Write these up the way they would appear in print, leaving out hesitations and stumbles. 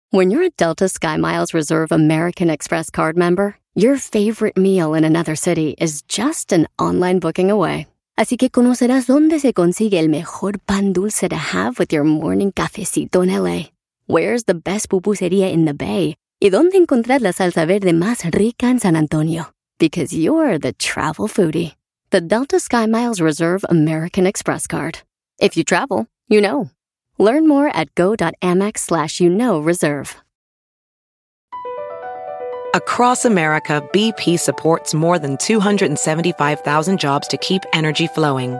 When you're a Delta SkyMiles Reserve American Express card member, your favorite meal in another city is just an online booking away. Así que conocerás dónde se consigue el mejor pan dulce to have with your morning cafecito en LA. Where's the best pupusería in the Bay? Y dónde encontrar la salsa verde más rica en San Antonio. Because you're the travel foodie. The Delta SkyMiles Reserve American Express card. If you travel, you know. Learn more at go.amex/reserve. Across America, BP supports more than 275,000 jobs to keep energy flowing.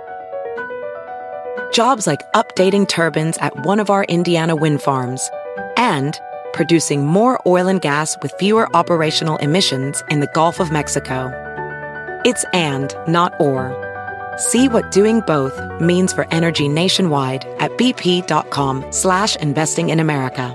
Jobs like updating turbines at one of our Indiana wind farms and producing more oil and gas with fewer operational emissions in the Gulf of Mexico. It's and, not or. See what doing both means for energy nationwide at bp.com/investing in America.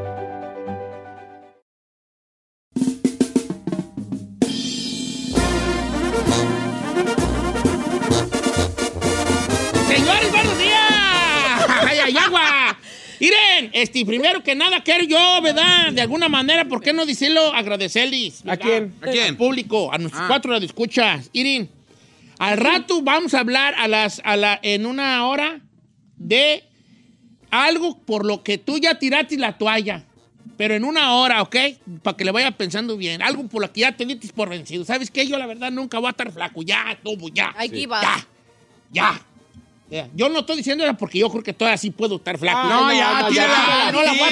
Señores, buenos días. ¡Ay, agua! Miren, primero que nada quiero yo, ¿verdad? De alguna manera, ¿por qué no decirlo? Agradecerles. ¿A quién? ¿A quién? Al público, a nuestros 4 radioescuchas. Miren, al rato vamos a hablar en una hora de algo por lo que tú ya tiraste la toalla. Pero en una hora, ¿ok? Para que le vaya pensando bien. Algo por lo que ya te diste por vencido. ¿Sabes qué? Yo la verdad nunca voy a estar flaco. Ya, todo, ya. I give up. Ya. Yo no estoy diciendo eso porque yo creo que todavía sí puedo estar flaco. No la voy a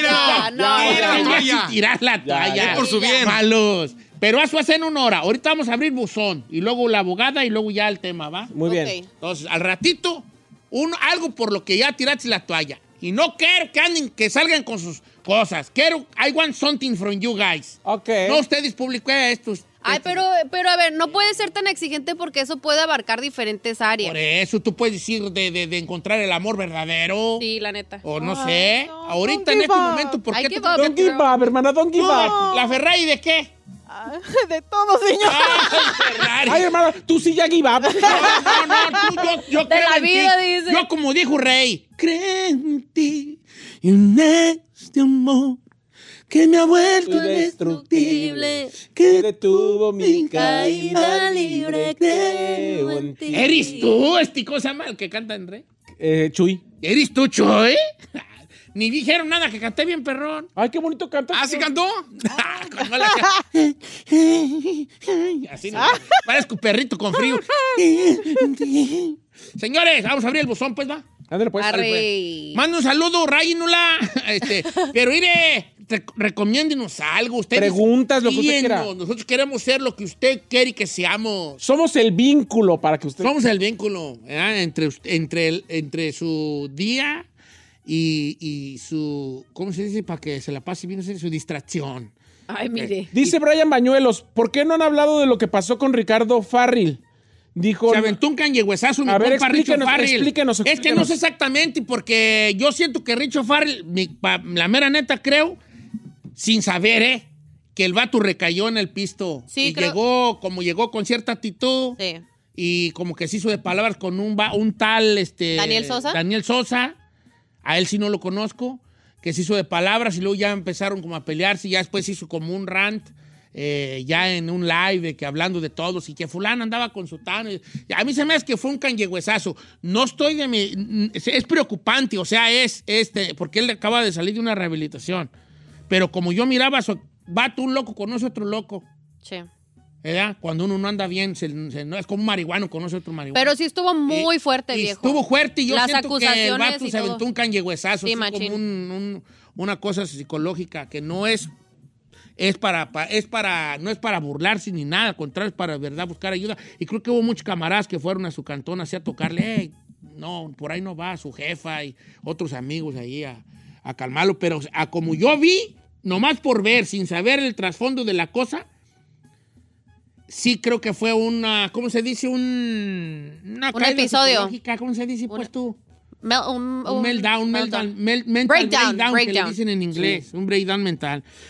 tirar la toalla. Por su bien. Malos. Pero eso va a ser en una hora. Ahorita vamos a abrir buzón. Y luego la abogada y luego ya el tema, ¿va? Muy bien. Entonces, al ratito, algo por lo que ya tiraste la toalla. Y no quiero que salgan con sus cosas. I want something from you guys. Ok. No ustedes publiquen esto. Ay, pero a ver, no puede ser tan exigente porque eso puede abarcar diferentes áreas. Por eso tú puedes decir de encontrar el amor verdadero. Sí, la neta. O no sé. Ahorita en este momento, ¿por qué Don't give up, hermana, don't give up. ¿La Ferrari de qué? De todo, señor. Ferrari. Ay, hermana, tú sí ya give up. No, yo de creo la en vida, ti. dice. Yo como dijo Rey, creo en ti y en este amor que me ha vuelto indestructible, que detuvo mi caída libre, creo en ti. ¿Eres tú, cosa mal que canta en Rey? Chuy. ¿Eres tú, Chuy? Ni dijeron nada, que canté bien, perrón. Ay, qué bonito canta. ¿Ah, sí cantó? Así no. Parezco perrito con frío. Señores, vamos a abrir el buzón, pues, ¿va? Ándale, pues. Manda un saludo, Rayinula. Pero mire, recomiéndenos algo. Ustedes preguntas, lo que usted quiera. Nosotros queremos ser lo que usted quiere que seamos. Somos el vínculo para que usted... Somos el vínculo, ¿verdad? Entre su día y su... ¿Cómo se dice? Para que se la pase bien, su distracción. Ay, mire. Dice Brian Bañuelos, ¿por qué no han hablado de lo que pasó con Ricardo Farril? Dijo... Se aventó un canyehuesazo, mi compa Richo Farril. Explíquenos. Es que no sé exactamente, porque yo siento que Richo Farril, la mera neta creo, sin saber, que el vato recayó en el pisto. Sí, y creo... llegó con cierta actitud. Sí. Y como que se hizo de palabras con un tal... Daniel Sosa. A él sí no lo conozco. Que se hizo de palabras y luego ya empezaron como a pelearse. Y ya después hizo como un rant... ya en un live que hablando de todos y que fulano andaba con su tan. A mí se me hace que fue un canyehuesazo. No estoy es preocupante, o sea, porque él acaba de salir de una rehabilitación. Pero como yo miraba, vato un loco conoce otro loco. Sí. ¿Verdad? Cuando uno no anda bien, no es como un marihuano conoce otro marihuano. Pero sí estuvo muy fuerte, viejo. Estuvo fuerte y yo Las siento que el vato se aventó todo. un canyehuesazo. Sí, como una cosa psicológica que no es... no es para burlarse ni nada, al contrario, es para, verdad, buscar ayuda. Y creo que hubo muchos camaradas que fueron a su cantón así a tocarle, hey, no, por ahí no va, su jefa y otros amigos ahí a calmarlo. Pero como yo vi, nomás por ver, sin saber el trasfondo de la cosa, sí creo que fue ¿cómo se dice? Un episodio. ¿Cómo se dice, pues tú? Un meltdown, mental breakdown, que le dicen en inglés, sí. Un breakdown mental.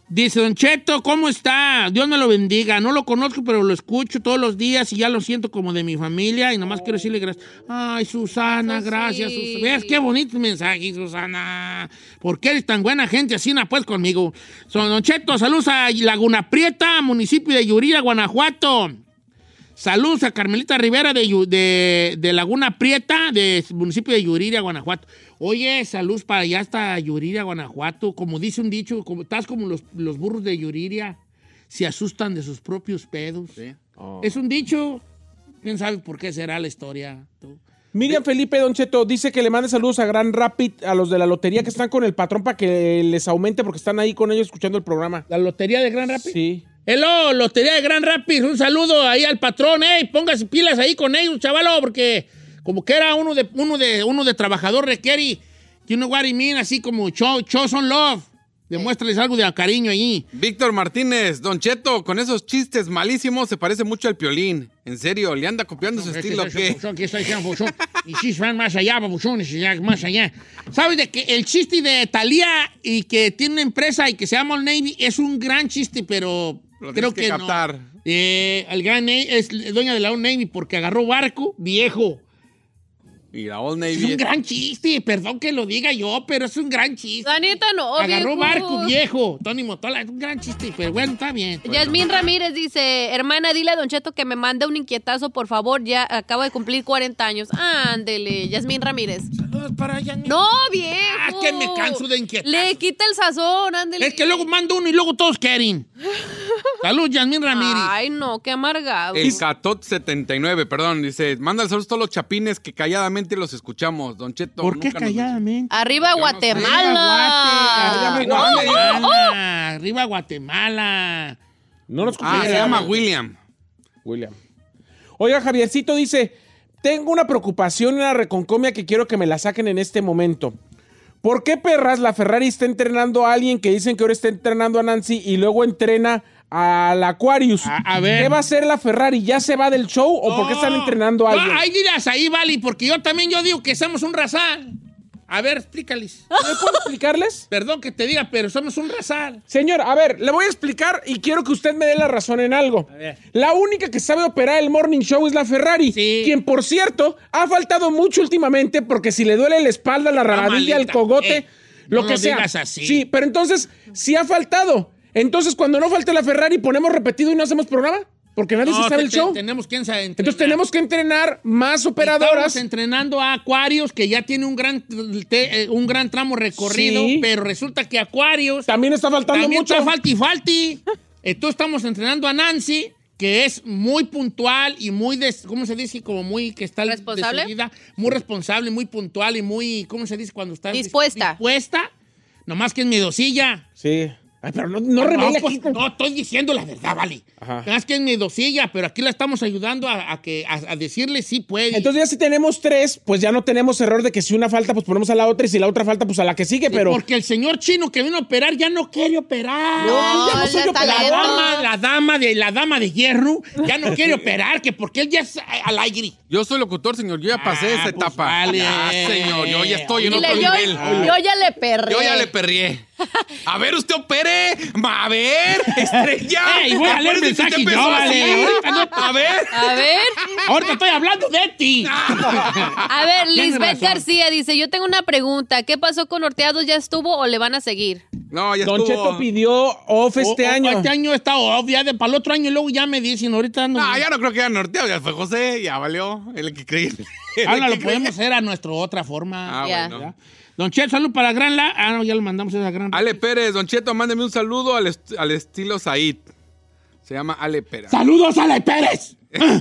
Dice, Don Cheto, ¿cómo está? Dios me lo bendiga. No lo conozco, pero lo escucho todos los días y ya lo siento como de mi familia. Y nomás quiero decirle gracias. Ay, Susana, gracias. Sí. ¿Ves qué bonito mensaje, Susana? ¿Por qué eres tan buena gente así, pues, conmigo? Don Cheto, saludos a Laguna Prieta, municipio de Yuriria, Guanajuato. Saludos a Carmelita Rivera de Laguna Prieta, del municipio de Yuriria, Guanajuato. Oye, saludos para allá hasta Yuriria, Guanajuato. Como dice un dicho, estás como los burros de Yuriria, se asustan de sus propios pedos. Sí. Oh. Es un dicho. ¿Quién sabe por qué será la historia? ¿Tú? Miriam Felipe, Don Cheto, dice que le mande saludos a Grand Rapid, a los de la lotería que están con el patrón para que les aumente porque están ahí con ellos escuchando el programa. ¿La lotería de Grand Rapid? Sí. Hello, lotería de Grand Rapid. Un saludo ahí al patrón. Póngase pilas ahí con ellos, chavalo, porque como que era uno de trabajador requiere, you know what I mean, así como show some love. Demuéstrales algo de cariño allí. Víctor Martínez, Don Cheto, con esos chistes malísimos se parece mucho al Piolín. En serio, ¿le anda copiando su estilo o qué? Y sí, van más allá, babuchones, más allá. ¿Sabes de que el chiste de Thalía y que tiene una empresa y que se llama Old Navy es un gran chiste, pero creo que captar. No. El gran Navy es dueña de la Old Navy porque agarró barco viejo. Y la Old Navy es un gran chiste, perdón que lo diga yo, pero es un gran chiste. Anita, no, agarró barco viejo, Tony Motola, es un gran chiste, pero bueno, está bien. Yasmín Ramírez dice, hermana, dile a Don Cheto que me mande un inquietazo, por favor, ya acabo de cumplir 40 años. Ándele, Yasmín Ramírez. Saludos para Yasmín. No, viejo. Ah, que me canso de inquietar. Le quita el sazón, ándele. Es que luego mando uno y luego todos quieren. Salud, Yasmín Ramírez. Ay, no, qué amargado. El Catot79, perdón, dice, manda saludos a todos los chapines que calladamente los escuchamos, Don Cheto. ¿Por qué calladamente? Arriba Guatemala. Arriba Guatemala. No nos escuchamos. Se llama William. Oiga, Javiercito dice, tengo una preocupación y una reconcomia que quiero que me la saquen en este momento. ¿Por qué, perras, la Ferrari está entrenando a alguien que dicen que ahora está entrenando a Nancy y luego entrena al Aquarius? A ver. ¿Qué va a hacer la Ferrari? ¿Ya se va del show o por qué están entrenando a alguien? Ahí dirás, ahí, Vali, porque yo digo que somos un razal. A ver, explícales. ¿Me puedo explicarles? Perdón que te diga, pero somos un razal. Señor, a ver, le voy a explicar y quiero que usted me dé la razón en algo. A ver. La única que sabe operar el Morning Show es la Ferrari. Sí. Quien, por cierto, ha faltado mucho últimamente porque si le duele la espalda, la rabadilla, el cogote, lo que sea. Así. Sí, pero entonces, si ha faltado. Entonces, cuando no falte la Ferrari, ponemos repetido y no hacemos programa. Porque nadie se sabe el show. Tenemos que entrenar. Entonces tenemos que entrenar más operadoras. Estamos entrenando a Aquarius, que ya tiene un gran tramo recorrido, sí. Pero resulta que Aquarius también está faltando mucho. Está falti. Entonces estamos entrenando a Nancy, que es muy puntual y muy, ¿cómo se dice? Como muy, que está ¿responsable? Decidida, muy responsable, muy puntual y muy, ¿cómo se dice? Cuando está dispuesta. Nomás que es miedosilla. Sí. Ay, pero no revele. No, estoy diciendo la verdad, vale. Es que es miedosilla, pero aquí la estamos ayudando a decirle sí puede. Entonces ya si tenemos 3, pues ya no tenemos error de que si una falta, pues ponemos a la otra y si la otra falta, pues a la que sigue, pero... Porque el señor chino que vino a operar ya no quiere operar. No, ya no soy operador. La dama de hierro ya no quiere operar, que porque él ya es al aire. Yo soy locutor, señor, yo ya pasé esa etapa. Vale. Señor, yo ya estoy en otro nivel. Yo ya le perré. Yo ya le perrié. A ver, usted opere. A ver, estrella. Voy a leer mensajes yo, vale. A ver. Ahorita estoy hablando de ti. A ver, Lisbeth García dice, yo tengo una pregunta. ¿Qué pasó con Norteados? ¿Ya estuvo o le van a seguir? No, ya Don estuvo. Cheto pidió off este año. Este año está off, ya para el otro año y luego ya me dicen, ahorita no. Ya no creo que haya Norteado, ya fue José, ya valió. El que creí. Ahora lo podemos hacer a nuestra otra forma. Bueno. ¿Ya? Don Cheto, salud para Gran La. No, ya lo mandamos a esa Gran Ale Pérez, Don Cheto, mándeme un saludo al estilo Said. Se llama Ale Pérez. ¡Saludos a Ale Pérez!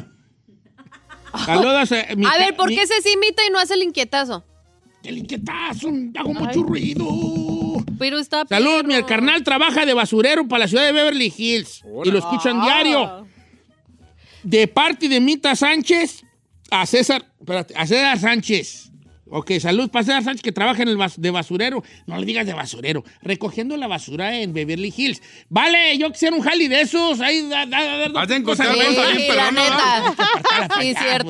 Saludos. A ver, ¿por qué se imita y no hace el inquietazo? El inquietazo, hago mucho ruido. Pero está Saludos, mi carnal trabaja de basurero para la ciudad de Beverly Hills. Y lo escuchan diario. De parte de Mita Sánchez a César Sánchez. Ok, salud para César Sánchez que trabaja en de basurero. No le digas de basurero. Recogiendo la basura en Beverly Hills. Vale, yo quisiera un jali de esos. Ahí, Has de encontrar cosas bien, la neta. Sí, cierto.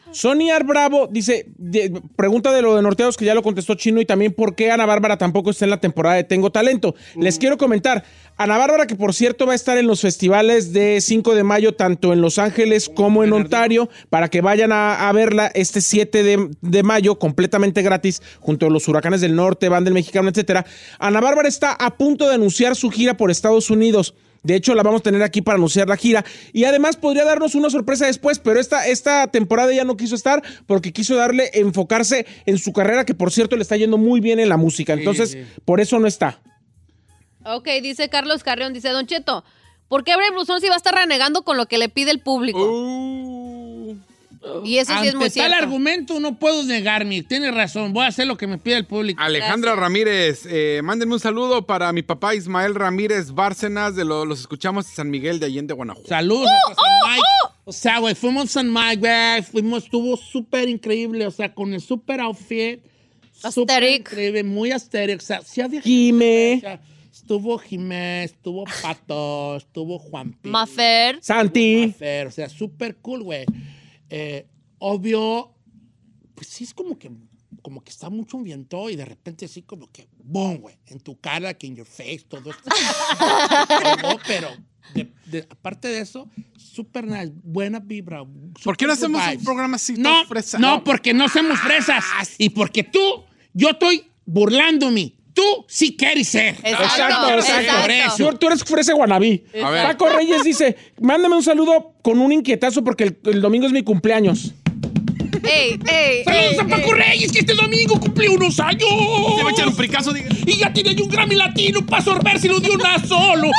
Sonia Bravo dice, pregunta de lo de Norteados que ya lo contestó Chino y también por qué Ana Bárbara tampoco está en la temporada de Tengo Talento. Les quiero comentar, Ana Bárbara que por cierto va a estar en los festivales de 5 de mayo tanto en Los Ángeles como en Ontario para que vayan a verla este 7 de mayo completamente gratis junto a los Huracanes del Norte, Banda del Mexicano, etcétera. Ana Bárbara está a punto de anunciar su gira por Estados Unidos. De hecho, la vamos a tener aquí para anunciar la gira. Y además podría darnos una sorpresa después, pero esta temporada ya no quiso estar porque quiso enfocarse en su carrera, que por cierto le está yendo muy bien en la música. Entonces, por eso no está. Ok, dice Carlos Carrión, dice, Don Cheto, ¿por qué Brave Blusón si va a estar renegando con lo que le pide el público? Y eso sí es muy cierto. Ante tal argumento no puedo negarme. Tiene razón, voy a hacer lo que me pide el público. Alejandra Ramírez, mándenme un saludo para mi papá Ismael Ramírez Bárcenas, los escuchamos en San Miguel de Allende, Guanajuato. Saludos a San Mike. O sea, güey, fuimos a San Mike, güey, estuvo súper increíble, o sea, con el súper outfit. Súper increíble, muy asteric, o sea, sí había Jime. Estuvo Jimé, estuvo Pato, estuvo Juanpi. Mafer. Santi. Mafer, o sea, súper cool, güey. Obvio, pues sí es como que está mucho un viento y de repente así como que, boom, güey, en tu cara, que en your face, todo esto. Pero aparte de eso, súper nice, buena vibra. ¿Por qué no hacemos un programa así? No, fresa? No, porque no somos fresas. Y porque yo estoy burlándome. Tú sí quieres ser. Exacto. Tú eres fresa guanabí. Paco Reyes dice, mándame un saludo con un inquietazo porque el domingo es mi cumpleaños. Saludos a Paco Reyes, que este domingo cumple unos años. Se va a echar un fricazo, diga. Y ya tiene un Grammy Latino para sorbérselo de una solo.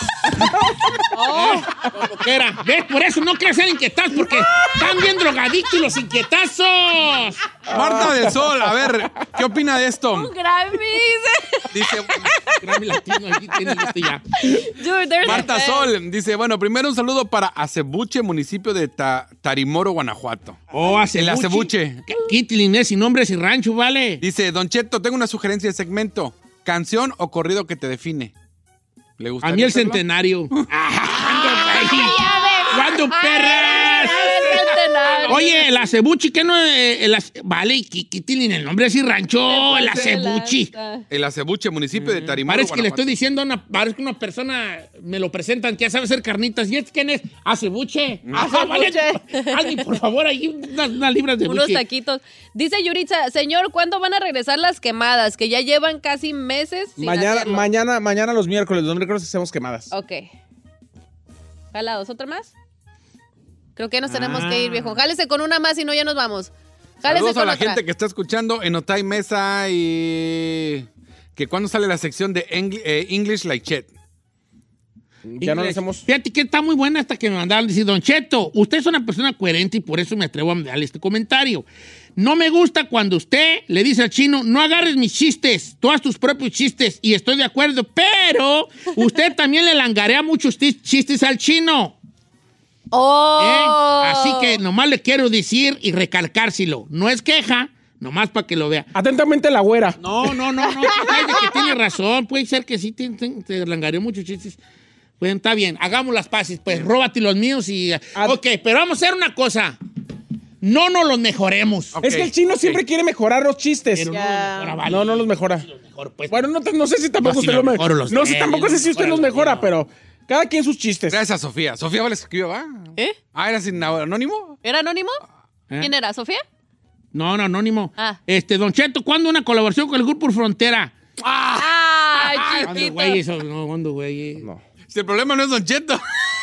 Como que era. ¿Ves? Por eso no quieres ser inquietados, porque están bien drogadictos los inquietazos. Marta del Sol, a ver, ¿qué opina de esto? Un Grammy. Dice, Grammy Latino, aquí tienes esto ya. Dude, Marta Sol dice, bueno, primero un saludo para Acebuche, municipio de Tarimoro, Guanajuato. Acebuche. El Acebuche. Quítilines y nombres y rancho, ¿vale? Dice, Don Cheto, tengo una sugerencia de segmento. ¿Canción o corrido que te define? ¿Le gusta? A mí el centenario. ¿Cuándo, perras? Oye, el Acebuchi, ¿qué no? Vale, Quitilín, el nombre así rancho, el Acebuchi. El Acebuche, municipio de Tarimoro, Parece que le Guanajuato. estoy diciendo parece que una persona me lo presentan que ya sabe hacer carnitas. ¿Y quién es? Acebuche. Vale, alguien, por favor, ahí unas libras de buche. Unos taquitos. Dice Yuritza, señor, ¿cuándo van a regresar las quemadas? Que ya llevan casi meses sin hacerlo. Mañana los miércoles hacemos quemadas. Ok. Jalados, ¿otra más? Creo que nos tenemos que ir, viejo. Jálese con una más y no ya nos vamos. Jálese Saludos con a la otra. gente que está escuchando en Otay Mesa y que cuando sale la sección de English Like Chet. Ya no lo hacemos. Fíjate que está muy buena hasta que me mandaron decir, Don Cheto, usted es una persona coherente y por eso me atrevo a darle este comentario. No me gusta cuando usted le dice al chino, no agarres mis chistes, tú haz tus propios chistes, y estoy de acuerdo, pero usted también le langarea muchos chistes al chino. Así que nomás le quiero decir y recalcárselo. No es queja, nomás para que lo vea. Atentamente la güera. No, que tiene razón. Puede ser que sí te langareó muchos chistes. Bueno, está bien, hagamos las paces, pues róbate los míos y... Ok, pero vamos a hacer una cosa. No nos los mejoremos. Okay, es que el chino siempre quiere mejorar los chistes. Pero vale. No los mejora. Pues. Bueno, no sé si tampoco usted tampoco sé si usted los mejora, pero cada quien sus chistes. Gracias a Sofía. Sofía les escribió, ¿va? ¿Era sin anónimo? ¿Era anónimo? ¿Quién era? ¿Sofía? No, anónimo. Don Cheto, ¿cuándo una colaboración con el Grupo Frontera? Chiquito. No. Si el problema no es Don Cheto.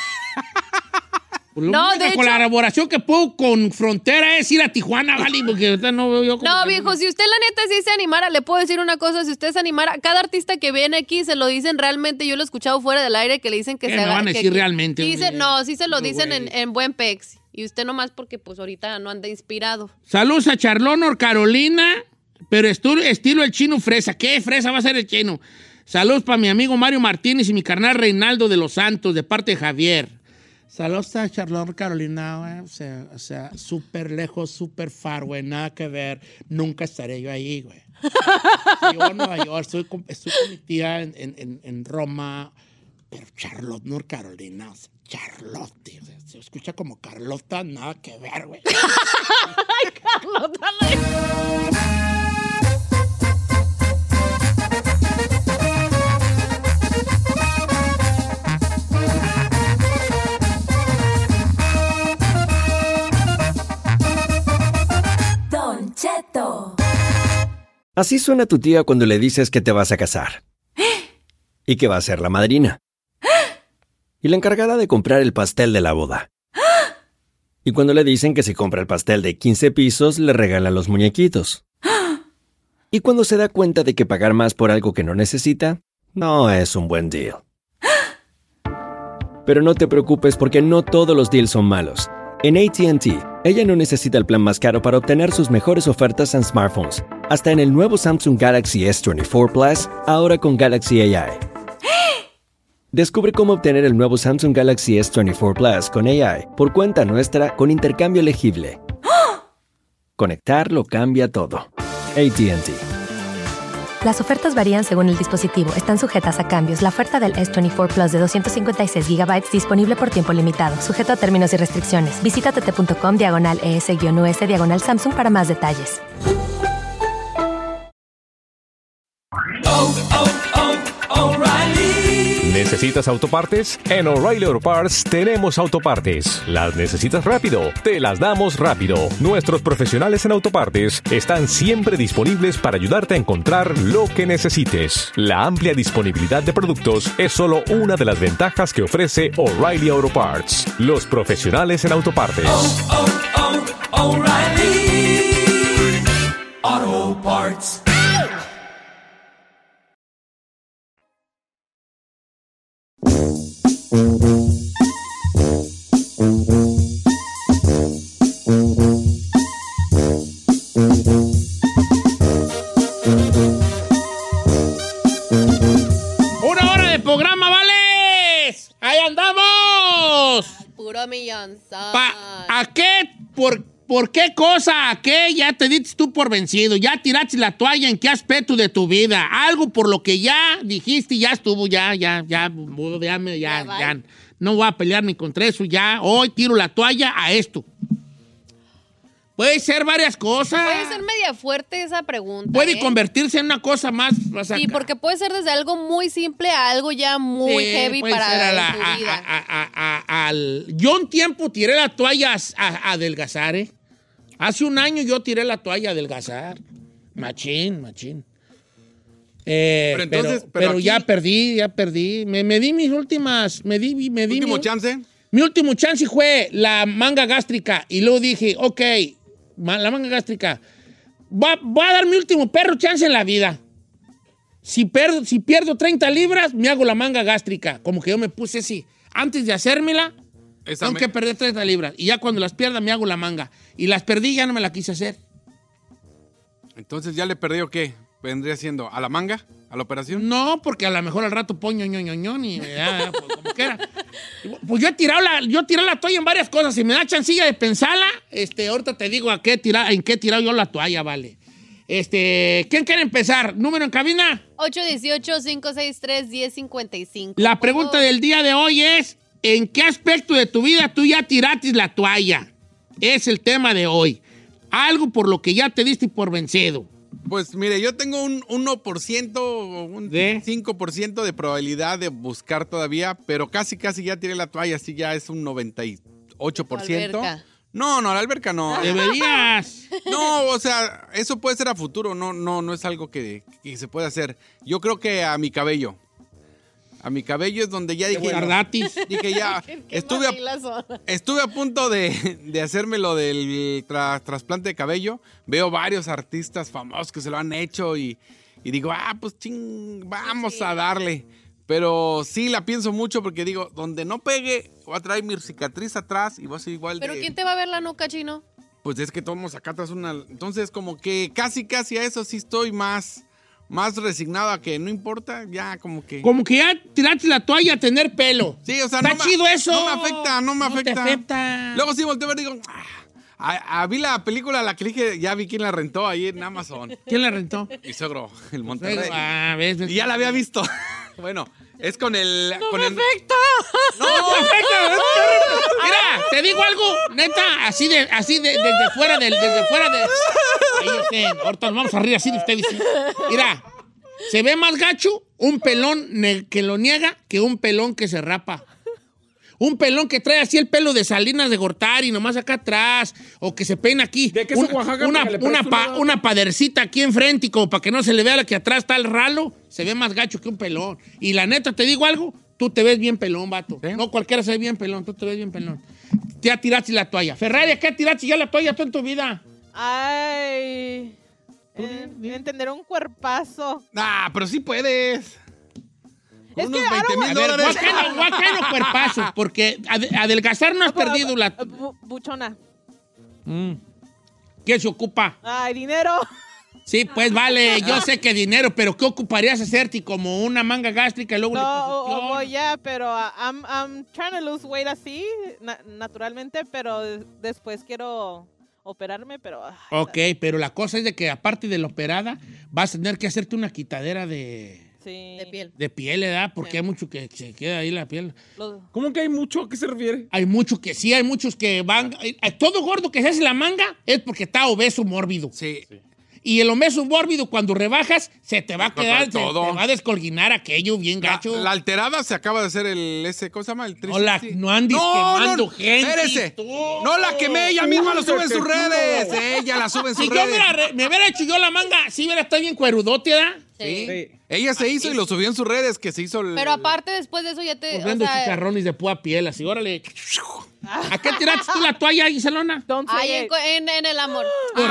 La colaboración que puedo con Frontera es ir a Tijuana, ¿vale? Porque ahorita no veo yo como... No, viejo, si usted la neta sí se animara, le puedo decir una cosa, si usted se animara, cada artista que viene aquí se lo dicen realmente, yo lo he escuchado fuera del aire que le dicen que se haga... ¿Qué me van a decir realmente? Sí se lo dicen en buen pex. Y usted nomás porque pues ahorita no anda inspirado. Saludos a Charlotte, North Carolina, pero estilo el chino fresa. ¿Qué fresa va a ser el chino? Saludos para mi amigo Mario Martínez y mi carnal Reinaldo de los Santos, de parte de Javier. Saludos a Charlotte, Carolina, güey. O sea, súper lejos, súper far, güey. Nada que ver. Nunca estaré yo ahí, güey. Yo en Nueva York, estoy con mi tía en Roma. pero Charlotte, North Carolina, o sea, Charlotte, o sea, se escucha como Carlota, nada que ver, güey. Ay, Carlota. Don Cheto. Así suena tu tía cuando le dices que te vas a casar. Y que va a ser la madrina. Y la encargada de comprar el pastel de la boda. Y cuando le dicen que si compra el pastel de 15 pisos, le regalan los muñequitos. Y cuando se da cuenta de que pagar más por algo que no necesita, no es un buen deal. Pero no te preocupes porque no todos los deals son malos. En AT&T, ella no necesita el plan más caro para obtener sus mejores ofertas en smartphones. Hasta en el nuevo Samsung Galaxy S24 Plus, ahora con Galaxy AI. Descubre cómo obtener el nuevo Samsung Galaxy S24 Plus con AI por cuenta nuestra con intercambio elegible. Conectar lo cambia todo. AT&T. Las ofertas varían según el dispositivo. Están sujetas a cambios. La oferta del S24 Plus de 256 GB disponible por tiempo limitado. Sujeto a términos y restricciones. Visita tt.com/ES-US/Samsung para más detalles. ¿Necesitas autopartes? En O'Reilly Auto Parts tenemos autopartes. ¿Las necesitas rápido? Te las damos rápido. Nuestros profesionales en autopartes están siempre disponibles para ayudarte a encontrar lo que necesites. La amplia disponibilidad de productos es solo una de las ventajas que ofrece O'Reilly Auto Parts. Los profesionales en autopartes. O'Reilly Auto Parts. ¡Una hora de programa, vales! ¡Ahí andamos! Puro millonzón. ¿A qué? ¿Por qué cosa? ¿A qué ya te diste tú por vencido? ¿Ya tiraste la toalla en qué aspecto de tu vida? Algo por lo que ya dijiste, ya estuvo, ya. No voy a pelear ni contra eso, ya. Hoy tiro la toalla a esto. Puede ser varias cosas. Puede ser media fuerte esa pregunta. Puede convertirse en una cosa más acá. Sí, porque puede ser desde algo muy simple a algo ya muy heavy para tu vida. Yo un tiempo tiré la toalla a adelgazar, ¿eh? Hace un año yo tiré la toalla a adelgazar. Machín. Pero aquí... ya perdí. Me di mis últimas... ¿Último chance? Mi último chance fue la manga gástrica. Y luego dije, ok, la manga gástrica. Voy a dar mi último perro chance en la vida. Si pierdo 30 libras, me hago la manga gástrica. Como que yo me puse así. Antes de hacérmela, tengo que perder 30 libras. Y ya cuando las pierda, me hago la manga. Y las perdí, ya no me la quise hacer. Entonces, ¿ya le perdió qué? ¿Vendría siendo a la manga? ¿A la operación? No, porque a lo mejor al rato pongo ñoñoñoñón y pues, como quiera. Pues yo he tirado la toalla en varias cosas. Si me da chancilla de pensarla, ahorita te digo en qué he tirado yo la toalla, vale. ¿Quién quiere empezar? ¿Número en cabina? 818-563-1055. La pregunta del día de hoy es, ¿en qué aspecto de tu vida tú ya tiraste la toalla? Es el tema de hoy. Algo por lo que ya te diste por vencido. Pues mire, yo tengo un 1% o un 5% de probabilidad de buscar todavía, pero casi ya tiré la toalla, así ya es un 98%. No, la alberca no. Deberías. No, o sea, eso puede ser a futuro, no es algo que se puede hacer. Yo creo que a mi cabello. A mi cabello es donde ya dije... Dije ya, estuve a punto de hacerme lo del trasplante de cabello. Veo varios artistas famosos que se lo han hecho y digo, pues vamos a darle. Pero sí la pienso mucho porque digo, donde no pegue, voy a traer mi cicatriz atrás y voy a ser igual ¿Pero quién te va a ver la nuca, Chino? Pues es que tomamos acá atrás una... Entonces como que casi a eso sí estoy más resignado a que no importa, ya como que... Como que ya tiraste la toalla a tener pelo. Sí, o sea, está chido eso. No me afecta. No te afecta. Luego sí volteo a ver y digo... vi la película, la que dije, ya vi quién la rentó ahí en Amazon. ¿Quién la rentó? Mi suegro, el Monterrey. ¿Ves? Y ya la había visto. Bueno, es con el... ¡No con me el... afecta! ¡No! Mira, te digo algo, neta, así desde fuera de... Ahí estén, ahorita nos vamos a reír así de ustedes. Mira, se ve más gacho un pelón que lo niega que un pelón que se rapa. Un pelón que trae así el pelo de Salinas de Gortari, nomás acá atrás, o que se peina aquí. ¿De qué es Oaxaca? Una padercita aquí enfrente y como para que no se le vea la que atrás está el ralo, se ve más gacho que un pelón. Y la neta, te digo algo, tú te ves bien pelón, vato. ¿Sí? No cualquiera se ve bien pelón, tú te ves bien pelón. Ya tiraste la toalla. Ferrari, ¿a qué tiraste ya la toalla tú en tu vida? Ay, entender un cuerpazo. Ah, pero sí puedes. Es unos que, 20,000 dólares. Guacano cuerpazos, porque adelgazar no has perdido la... Buchona. ¿Qué se ocupa? Ay, dinero. Sí, pues vale, yo sé que dinero, pero ¿qué ocuparías hacerte? ¿Como una manga gástrica y luego No, ya, pero I'm trying to lose weight así, naturalmente, pero después quiero operarme, pero... Ok, pero la cosa es de que aparte de la operada, vas a tener que hacerte una quitadera de... Sí. De piel. De piel, ¿verdad? Porque hay mucho que se queda ahí la piel. ¿Cómo que hay mucho? ¿A qué se refiere? Hay mucho que sí, hay muchos que van... Todo gordo que se hace la manga es porque está obeso mórbido. Sí. Y el obeso mórbido, cuando rebajas, se te va a quedar, te va a descolguinar aquello bien gacho. La alterada se acaba de hacer ¿cómo se llama? El 360. No andes quemando gente. Espérese. No la quemé, ella misma lo sube en sus redes. Ella la sube en sus redes. Si me hubiera hecho yo la manga, sí hubiera estado bien cuerudote, ¿verdad? Sí. Ella se hizo y lo subió en sus redes, que se hizo el... Pero aparte, después de eso ya te... Pues vendo chicharrones de púa piel, así, órale. ¿A qué tiraste tú la toalla, Giselona? Ahí en el amor.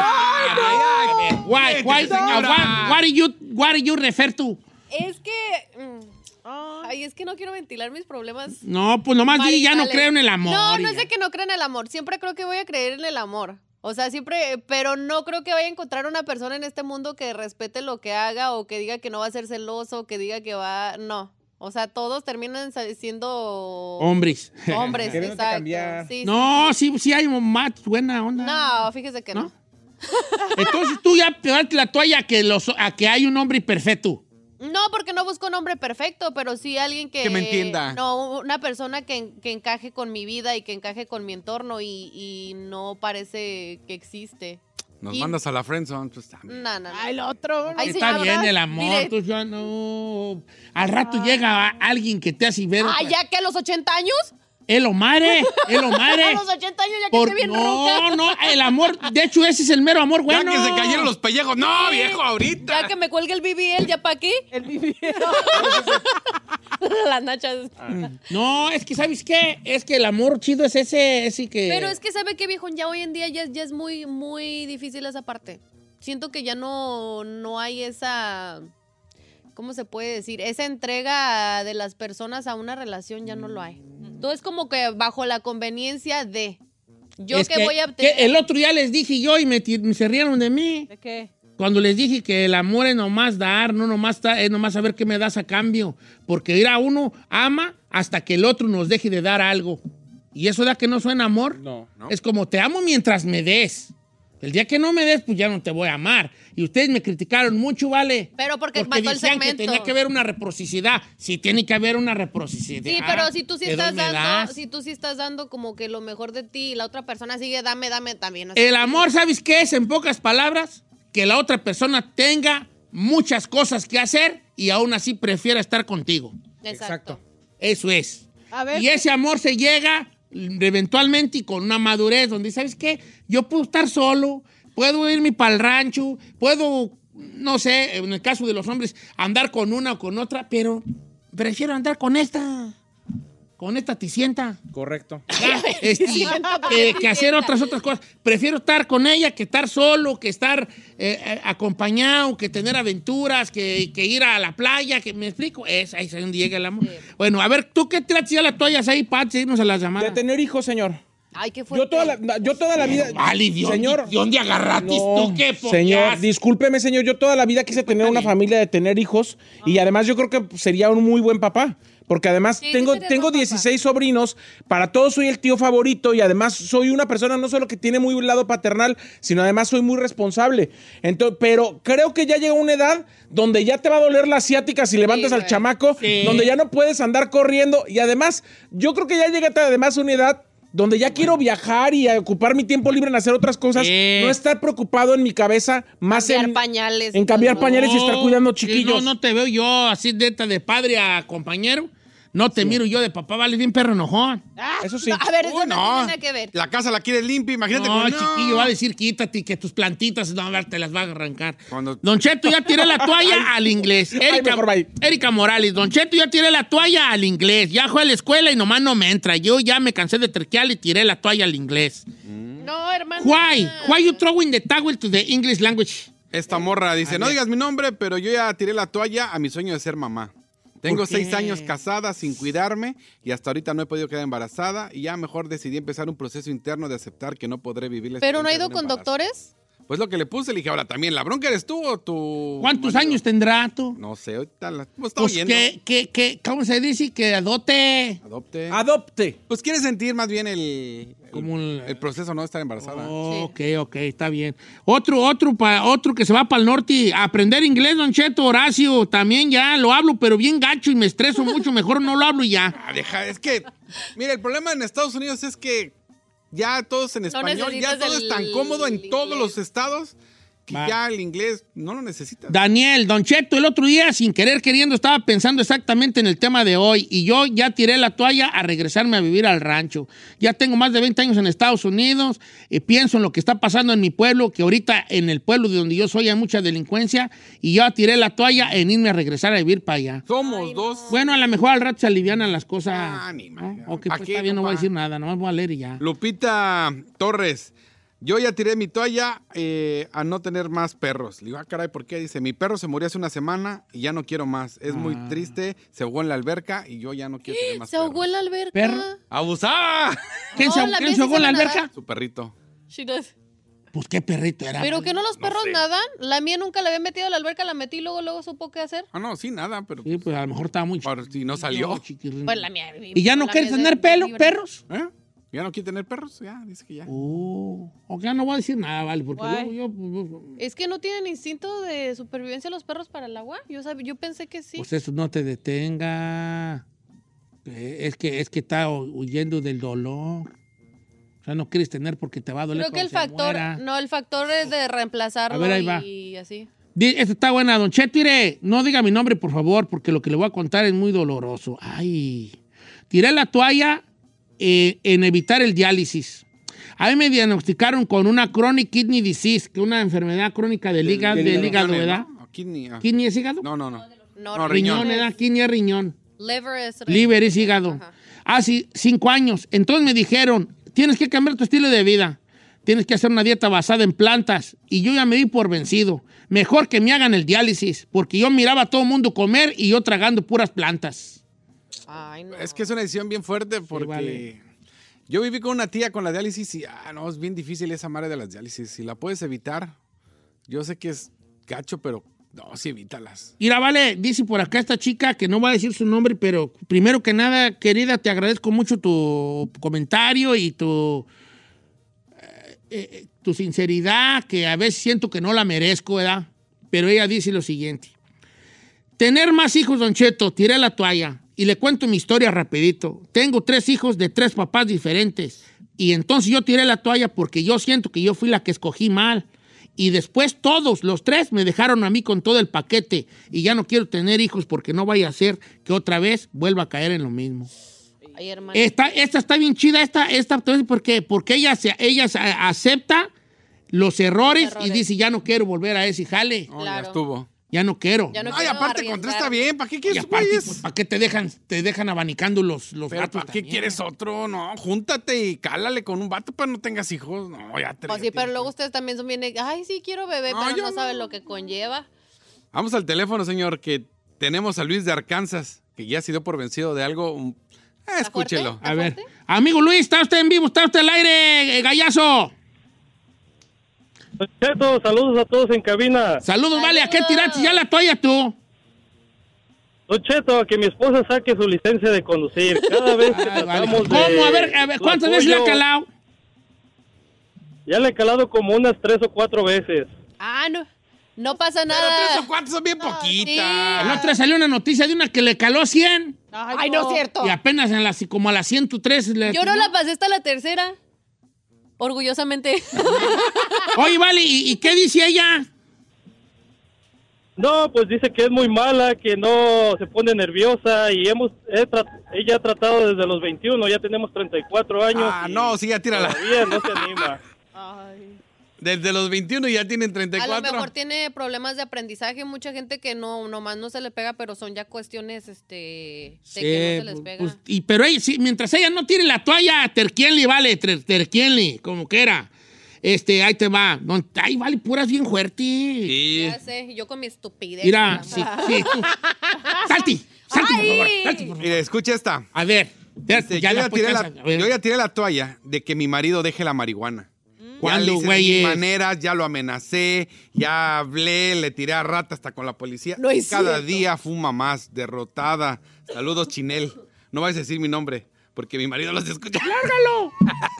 What do you refer to? Es que... Ay, es que no quiero ventilar mis problemas. No, pues nomás di, ya no creo en el amor. No es de que no creo en el amor. Siempre creo que voy a creer en el amor. O sea, siempre, pero no creo que vaya a encontrar una persona en este mundo que respete lo que haga o que diga que no va a ser celoso, que diga que va... No. O sea, todos terminan siendo... Hombres, exacto. Sí, no, sí hay más buena onda. No, fíjese que no. Entonces tú ya pegaste la toalla a que hay un hombre perfecto. No, porque no busco un hombre perfecto, pero sí alguien que me entienda. No, una persona que encaje con mi vida y que encaje con mi entorno y no parece que existe. Nos mandas a la friendzone, pues también. No. Ay, el otro. Ay, está bien el amor, tú ya no. Al rato llega alguien que te hace ver. Ay, ya que a los 80 años. Es lo mare. A los 80 años ya que esté bien ruca. No, el amor, de hecho ese es el mero amor bueno. Ya que se cayeron los pellejos. No, viejo, ahorita. Ya que me cuelgue el BBL, ¿ya para qué? El BBL. Las nachas. No, es que ¿sabes qué? Es que el amor chido es ese que... Pero es que ¿sabe qué, viejo? Ya hoy en día ya es muy, muy difícil esa parte. Siento que ya no hay esa... ¿Cómo se puede decir? Esa entrega de las personas a una relación ya no lo hay. Todo es como que bajo la conveniencia de... Yo es que voy a obtener... El otro día les dije yo y se rieron de mí. ¿De qué? Cuando les dije que el amor es nomás dar, es nomás saber qué me das a cambio. Porque uno ama hasta que el otro nos deje de dar algo. ¿Y eso da que no suena amor? No. Es como te amo mientras me des. El día que no me des, pues ya no te voy a amar. Y ustedes me criticaron mucho, ¿vale? Pero porque mató el segmento. Que tenía que haber una reciprocidad. Sí, tiene que haber una reciprocidad. Sí, pero si tú sí estás dando como que lo mejor de ti y la otra persona sigue dame también. O sea, el amor, ¿sabes qué es? En pocas palabras, que la otra persona tenga muchas cosas que hacer y aún así prefiera estar contigo. Exacto. Eso es. A ver, y ese amor se llega eventualmente y con una madurez donde, ¿sabes qué? Yo puedo estar solo, puedo irme para el rancho, puedo, no sé, en el caso de los hombres, andar con una o con otra, pero prefiero andar con esta ticienta. Correcto. Que hacer otras cosas. Prefiero estar con ella que estar solo, que estar acompañado, que tener aventuras, que ir a la playa, que me explico. Ahí es donde llega el amor. Sí. Bueno, a ver, ¿tú qué tratas ya las toallas ahí, Pat? Irnos a las llamadas. De tener hijos, señor. Ay, qué fuerte. Yo toda la vida... Vale, señor, ¿de dónde agarraste tú? ¿Qué? Señor, discúlpeme, señor. Yo toda la vida quise tener una familia, de tener hijos. Y además yo creo que sería un muy buen papá. Porque además tengo 16 sobrinos, para todos soy el tío favorito y además soy una persona no solo que tiene muy un lado paternal, sino además soy muy responsable. Entonces, pero creo que ya llega una edad donde ya te va a doler la asiática si levantas al chamaco, donde ya no puedes andar corriendo y además yo creo que ya llega además una edad donde ya quiero viajar y ocupar mi tiempo libre en hacer otras cosas, no estar preocupado en mi cabeza más cambiar pañales. En cambiar pañales y estar cuidando chiquillos. No te veo yo así de padre a compañero. No te miro yo de papá, vale bien perro enojón. Eso sí. No, a ver, eso no tiene nada que ver. La casa la quieres limpia, imagínate. No, chiquillo, va a decir quítate que tus plantitas te las va a arrancar. Don Cheto, ya tiré la toalla al inglés. Erika Morales, Don Cheto, ya tiré la toalla al inglés. Ya fue a la escuela y nomás no me entra. Yo ya me cansé de terquear y tiré la toalla al inglés. No, hermano. Why you throwing the towel to the English language? Esta morra dice, no digas mi nombre, pero yo ya tiré la toalla a mi sueño de ser mamá. Tengo 6 años casada sin cuidarme y hasta ahorita no he podido quedar embarazada y ya mejor decidí empezar un proceso interno de aceptar que no podré vivir la ¿Pero no ha ido con doctores? Pues lo que le puse, le dije, ahora también, ¿la bronca eres tú o tu ¿Cuántos años tendrá tú? No sé, ahorita la está pues oyendo. ¿Cómo se dice? Que adopte. Adopte. Pues quiere sentir más bien el proceso, no estar embarazada. Ok, está bien. Otro que se va para el norte a aprender inglés, Don Cheto, Horacio, también ya lo hablo, pero bien gacho y me estreso mucho, mejor no lo hablo y ya. Es que, mira, el problema en Estados Unidos es que ya todos en español, ya todo es tan cómodo en todos los estados que ya el inglés no lo necesita. Daniel, Don Cheto, el otro día, sin querer queriendo, estaba pensando exactamente en el tema de hoy y yo ya tiré la toalla a regresarme a vivir al rancho. Ya tengo más de 20 años en Estados Unidos y pienso en lo que está pasando en mi pueblo, que ahorita en el pueblo de donde yo soy hay mucha delincuencia y yo tiré la toalla en irme a regresar a vivir para allá. Somos dos. Bueno, a lo mejor al rato se alivianan las cosas. ¿No? Ok, pues está bien, no voy a decir nada, nomás voy a leer y ya. Lupita Torres. Yo ya tiré mi toalla a no tener más perros. Le digo, caray, ¿por qué? Dice, mi perro se murió hace una semana y ya no quiero más. Es muy triste, se ahogó en la alberca y yo ya no quiero tener más perros. ¿Se ahogó en la alberca? ¿Perro? ¡Abusada! ¿Quién se ahogó en la alberca? Su perrito. Pues qué perrito era. ¿Pero que no los perros nadan? La mía nunca la había metido a la alberca, la metí y luego supo qué hacer. No, sí, nada, pero... Sí, pues a lo mejor estaba muy chiquito. Si no salió. Pues la mía... ¿Y ya no quieres tener perros? ¿Ya no quiere tener perros? Ya, dice que ya. Ok, no voy a decir nada, vale, porque luego Es que no tienen instinto de supervivencia los perros para el agua. Yo pensé que sí. Pues eso no te detenga. Es que está huyendo del dolor. O sea, no quieres tener porque te va a doler. Creo que el factor es de reemplazarlo. A ver, ahí va. Y así. Esta está buena, Don Cheto, mire, no diga mi nombre, por favor, porque lo que le voy a contar es muy doloroso. Ay, tiré la toalla en evitar el diálisis. A mí me diagnosticaron con una chronic kidney disease, que es una enfermedad crónica del hígado, ¿verdad? ¿No? Kidney. ¿Kidney es hígado? No, riñón, ¿verdad? Kidney es riñón. Liver es hígado. Hace 5 años. Entonces me dijeron, tienes que cambiar tu estilo de vida. Tienes que hacer una dieta basada en plantas. Y yo ya me di por vencido. Mejor que me hagan el diálisis, porque yo miraba a todo el mundo comer y yo tragando puras plantas. Ay, no. Es que es una decisión bien fuerte porque... Sí, vale. Yo viví con una tía con la diálisis y es bien difícil esa madre de las diálisis. Si la puedes evitar, yo sé que es gacho, pero no, sí evítalas. Mira, vale, dice por acá esta chica que no va a decir su nombre, pero primero que nada, querida, te agradezco mucho tu comentario y tu sinceridad, que a veces siento que no la merezco, ¿verdad? Pero ella dice lo siguiente. Tener más hijos, Don Cheto, tiré la toalla. Y le cuento mi historia rapidito. Tengo 3 hijos de 3 papás diferentes. Y entonces yo tiré la toalla porque yo siento que yo fui la que escogí mal. Y después todos, los 3, me dejaron a mí con todo el paquete. Y ya no quiero tener hijos porque no vaya a ser que otra vez vuelva a caer en lo mismo. Ay, hermano. Esta está bien chida, porque ella acepta los errores y dice, ya no quiero volver a ese jale. Claro. Ya estuvo. Ya no quiero. Ay, aparte contesta bien, ¿para qué quieres, pues, ¿para qué te dejan abanicando los gatos? ¿Para qué quieres otro? No, júntate y cálale con un vato para no tengas hijos. No, ya te. Pues sí, pero luego ustedes también son bien, ay, sí, quiero bebé, pero no saben lo que conlleva. Vamos al teléfono, señor, que tenemos a Luis de Arkansas, que ya se dio por vencido de algo. Escúchelo. A ver. Amigo Luis, ¿está usted en vivo? ¿Está usted al aire, gallazo? Cheto, saludos a todos en cabina. Saludos, vale. ¿A qué tiraste ya la toalla tú? Don Cheto, a que mi esposa saque su licencia de conducir. Cada vez que tratamos ¿Cómo? A ver, ¿cuántas veces le ha calado? Ya le he calado como unas 3 o 4 veces. No pasa nada. Pero 3 o 4 son bien poquitas. La otra salió una noticia de una que le caló 100. Ay, no es cierto. Y apenas como a las 103. Yo no la pasé hasta la tercera. Orgullosamente. Oye, vale, ¿y qué dice ella? No, pues dice que es muy mala, que no se pone nerviosa y ella ha tratado desde los 21, ya tenemos 34 años. No, sí, ya tírala. Todavía no se anima. Desde los 21 ya tienen 34. A lo mejor tiene problemas de aprendizaje, mucha gente que nomás no se le pega, pero son ya cuestiones de que no se les pega. Pero ella, sí, mientras ella no tire la toalla, terquienle, vale, terquienle, como quiera. Ahí te va. Ay, vale, puras bien fuerte. Sí. Ya sé, yo con mi estupidez. Mira, sí, tú. Salti, por favor. Mira, escucha esta. A ver. Yo ya tiré la toalla de que mi marido deje la marihuana. ¿Cuándo, güey? De mil maneras, ya lo amenacé, ya hablé, le tiré a rata hasta con la policía. No es Cada cierto. día fuma más, derrotada. Saludos, Chinel. No vais a decir mi nombre, porque mi marido los escucha. ¡Lárgalo!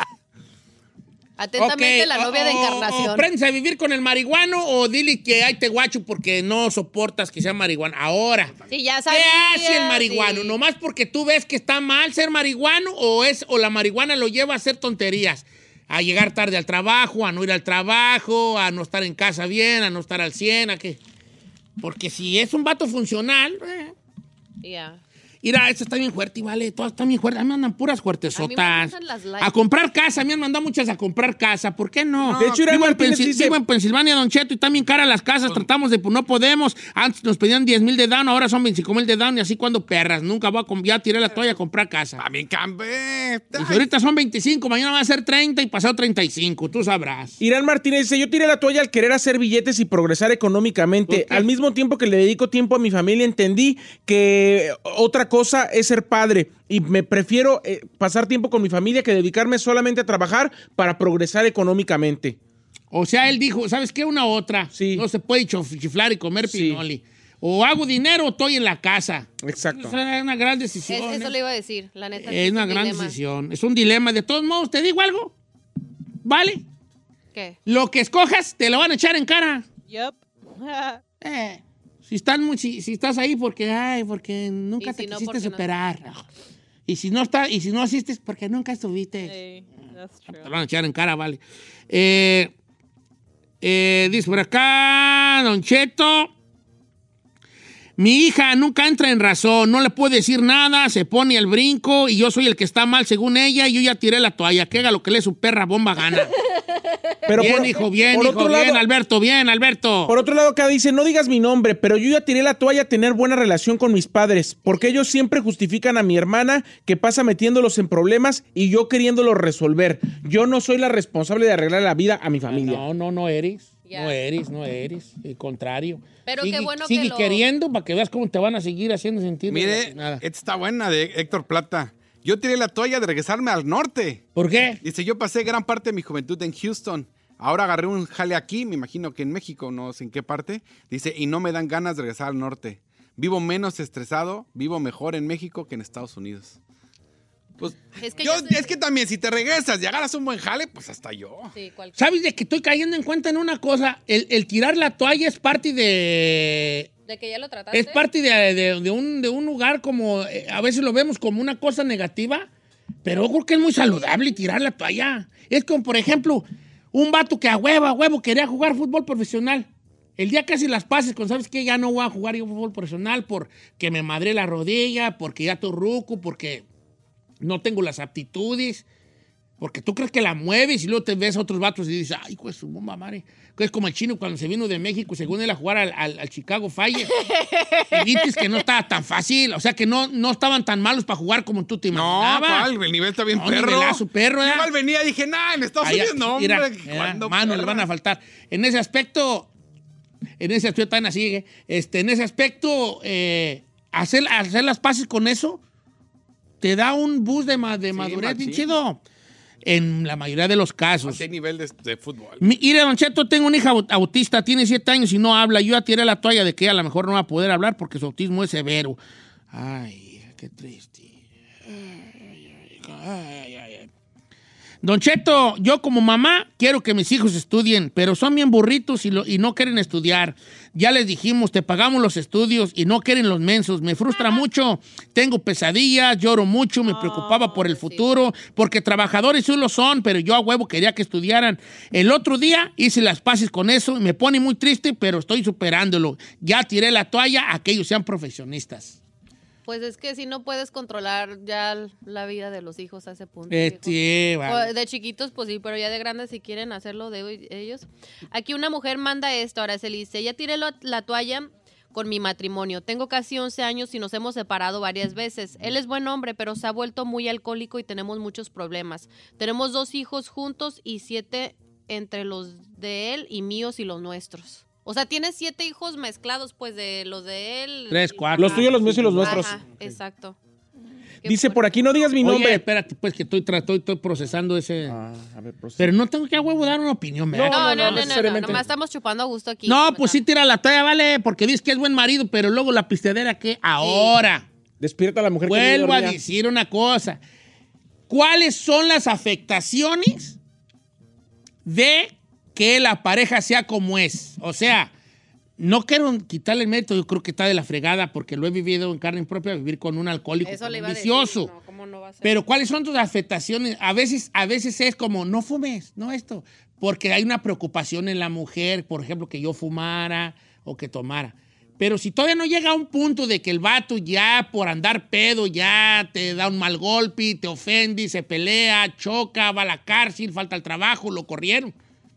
Atentamente, la novia de Encarnación. Aprendes a vivir con el marihuano o dile que hay te guacho porque no soportas que sea marihuano. Ahora, sí, ya sabía, ¿qué hace el marihuano? sí. ¿Nomás porque tú ves que está mal ser marihuano o la marihuana lo lleva a hacer tonterías? A llegar tarde al trabajo, a no ir al trabajo, a no estar en casa bien, a no estar al 100, ¿a qué? Porque si es un vato funcional... Ya. Mira, esta está bien fuerte, vale, todas están bien fuertes. A mí me mandan puras fuertesotas. A mí me gustan las light. A comprar casa, me han mandado muchas a comprar casa. ¿Por qué no? De hecho, vivo en Pensilvania, Don Cheto, y también cara las casas. Tratamos de, pues no podemos. Antes nos pedían 10,000 de down, ahora son 25,000 de down, y así cuando perras. Nunca voy a ya tiré la toalla a comprar casa. A mí cambié. Y si ahorita son 25, mañana va a ser 30 y pasado 35, tú sabrás. Irán Martínez dice, yo tiré la toalla al querer hacer billetes y progresar económicamente. Al mismo tiempo que le dedico tiempo a mi familia, entendí que otra cosa es ser padre y me prefiero pasar tiempo con mi familia que dedicarme solamente a trabajar para progresar económicamente. O sea, él dijo, ¿sabes qué? Una u otra. Sí. No se puede chiflar y comer pinoli. O hago dinero o estoy en la casa. Exacto. Es una gran decisión. Eso le iba a decir, la neta. Es una gran decisión. Es un dilema. De todos modos, ¿te digo algo? ¿Vale? ¿Qué? Lo que escojas, te lo van a echar en cara. Yup. Si estás ahí porque nunca te quisiste superar. No. Y si no asistes porque nunca estuviste. Hey, that's true. Te lo van a echar en cara, vale. Dice por acá, Don Cheto. Mi hija nunca entra en razón, no le puedo decir nada, se pone al brinco y yo soy el que está mal según ella y yo ya tiré la toalla, que haga lo que le su perra bomba gana. Pero bien, Alberto, bien, Alberto. Por otro lado, acá dice, no digas mi nombre, pero yo ya tiré la toalla a tener buena relación con mis padres, porque ellos siempre justifican a mi hermana que pasa metiéndolos en problemas y yo queriéndolos resolver. Yo no soy la responsable de arreglar la vida a mi familia. No eres. Yeah. No eres. El contrario. Pero sigue, qué bueno sigue que queriendo para que veas cómo te van a seguir haciendo sentir. Mire, esta está buena de Héctor Plata. Yo tiré la toalla de regresarme al norte. ¿Por qué? Dice, yo pasé gran parte de mi juventud en Houston. Ahora agarré un jale aquí, me imagino que en México, no sé en qué parte. Dice, y no me dan ganas de regresar al norte. Vivo menos estresado, vivo mejor en México que en Estados Unidos. Pues, es que también, si te regresas y agarras un buen jale, pues hasta yo. Sí, ¿sabes de que estoy cayendo en cuenta en una cosa? El tirar la toalla es parte de... ¿De que ya lo trataste? Es parte de un lugar como... a veces lo vemos como una cosa negativa, pero yo creo que es muy saludable tirar la toalla. Es como, por ejemplo, un vato que a huevo quería jugar fútbol profesional. El día casi las pases con, ¿sabes qué? Ya no voy a jugar yo fútbol profesional porque me madré la rodilla, porque ya estoy ruco, porque... no tengo las aptitudes, porque tú crees que la mueves y luego te ves a otros vatos y dices, ay, pues su bomba madre. Es como el chino cuando se vino de México, según él, a jugar al Chicago Fire. Y dices que no estaba tan fácil, o sea, que no estaban tan malos para jugar como tú te imaginabas. No, ¿cuál? El nivel está bien perro. Nivelazo, perro, ¿eh? Igual venía y dije, en Estados Unidos no, hombre. Manos le van a faltar. En ese aspecto tan así, en ese aspecto, hacer las paces con eso, te da un boost de madurez bien chido. En la mayoría de los casos. ¿A qué nivel de fútbol? Mire, Don Cheto, tengo una hija autista, tiene 7 años y no habla. Yo ya tiré la toalla de que ella a lo mejor no va a poder hablar porque su autismo es severo. Ay, qué triste. Ay. Don Cheto, yo como mamá quiero que mis hijos estudien, pero son bien burritos y no quieren estudiar. Ya les dijimos, te pagamos los estudios y no quieren los mensos. Me frustra mucho, tengo pesadillas, lloro mucho, me preocupaba por el futuro, porque trabajadores sí lo son, pero yo a huevo quería que estudiaran. El otro día hice las paces con eso y me pone muy triste, pero estoy superándolo. Ya tiré la toalla a que ellos sean profesionistas. Pues es que si no puedes controlar ya la vida de los hijos a ese punto. Sí, vale. De chiquitos, pues sí, pero ya de grandes si quieren hacerlo de ellos. Aquí una mujer manda esto, ahora se le dice, ya tiré la toalla con mi matrimonio. Tengo casi 11 años y nos hemos separado varias veces. Él es buen hombre, pero se ha vuelto muy alcohólico y tenemos muchos problemas. Tenemos 2 hijos juntos y 7 entre los de él y míos y los nuestros. O sea, tienes 7 hijos mezclados, pues, de los de él. 3, 4. Los tuyos, los míos y los nuestros. Ajá, exacto. Dice por aquí, no digas mi nombre. Oye, espérate, pues, que estoy procesando ese... A ver, pero no tengo que a huevo dar una opinión, ¿verdad? No, nomás estamos chupando a gusto aquí. No, pues sí tira la toalla, vale, porque dices que es buen marido, pero luego la pisteadera, ¿qué? Ahora. Sí. Despierta a la mujer. Vuelvo a decir una cosa. ¿Cuáles son las afectaciones de que la pareja sea como es? O sea, no quiero quitarle el mérito, yo creo que está de la fregada porque lo he vivido en carne propia, vivir con un alcohólico vicioso. No, ¿cómo no va a ser? Pero ¿cuáles son tus afectaciones? A veces es como, no fumes, no esto, porque hay una preocupación en la mujer, por ejemplo, que yo fumara o que tomara. Pero si todavía no llega a un punto de que el vato ya por andar pedo ya te da un mal golpe, te ofende, se pelea, choca, va a la cárcel, falta el trabajo, lo corrieron.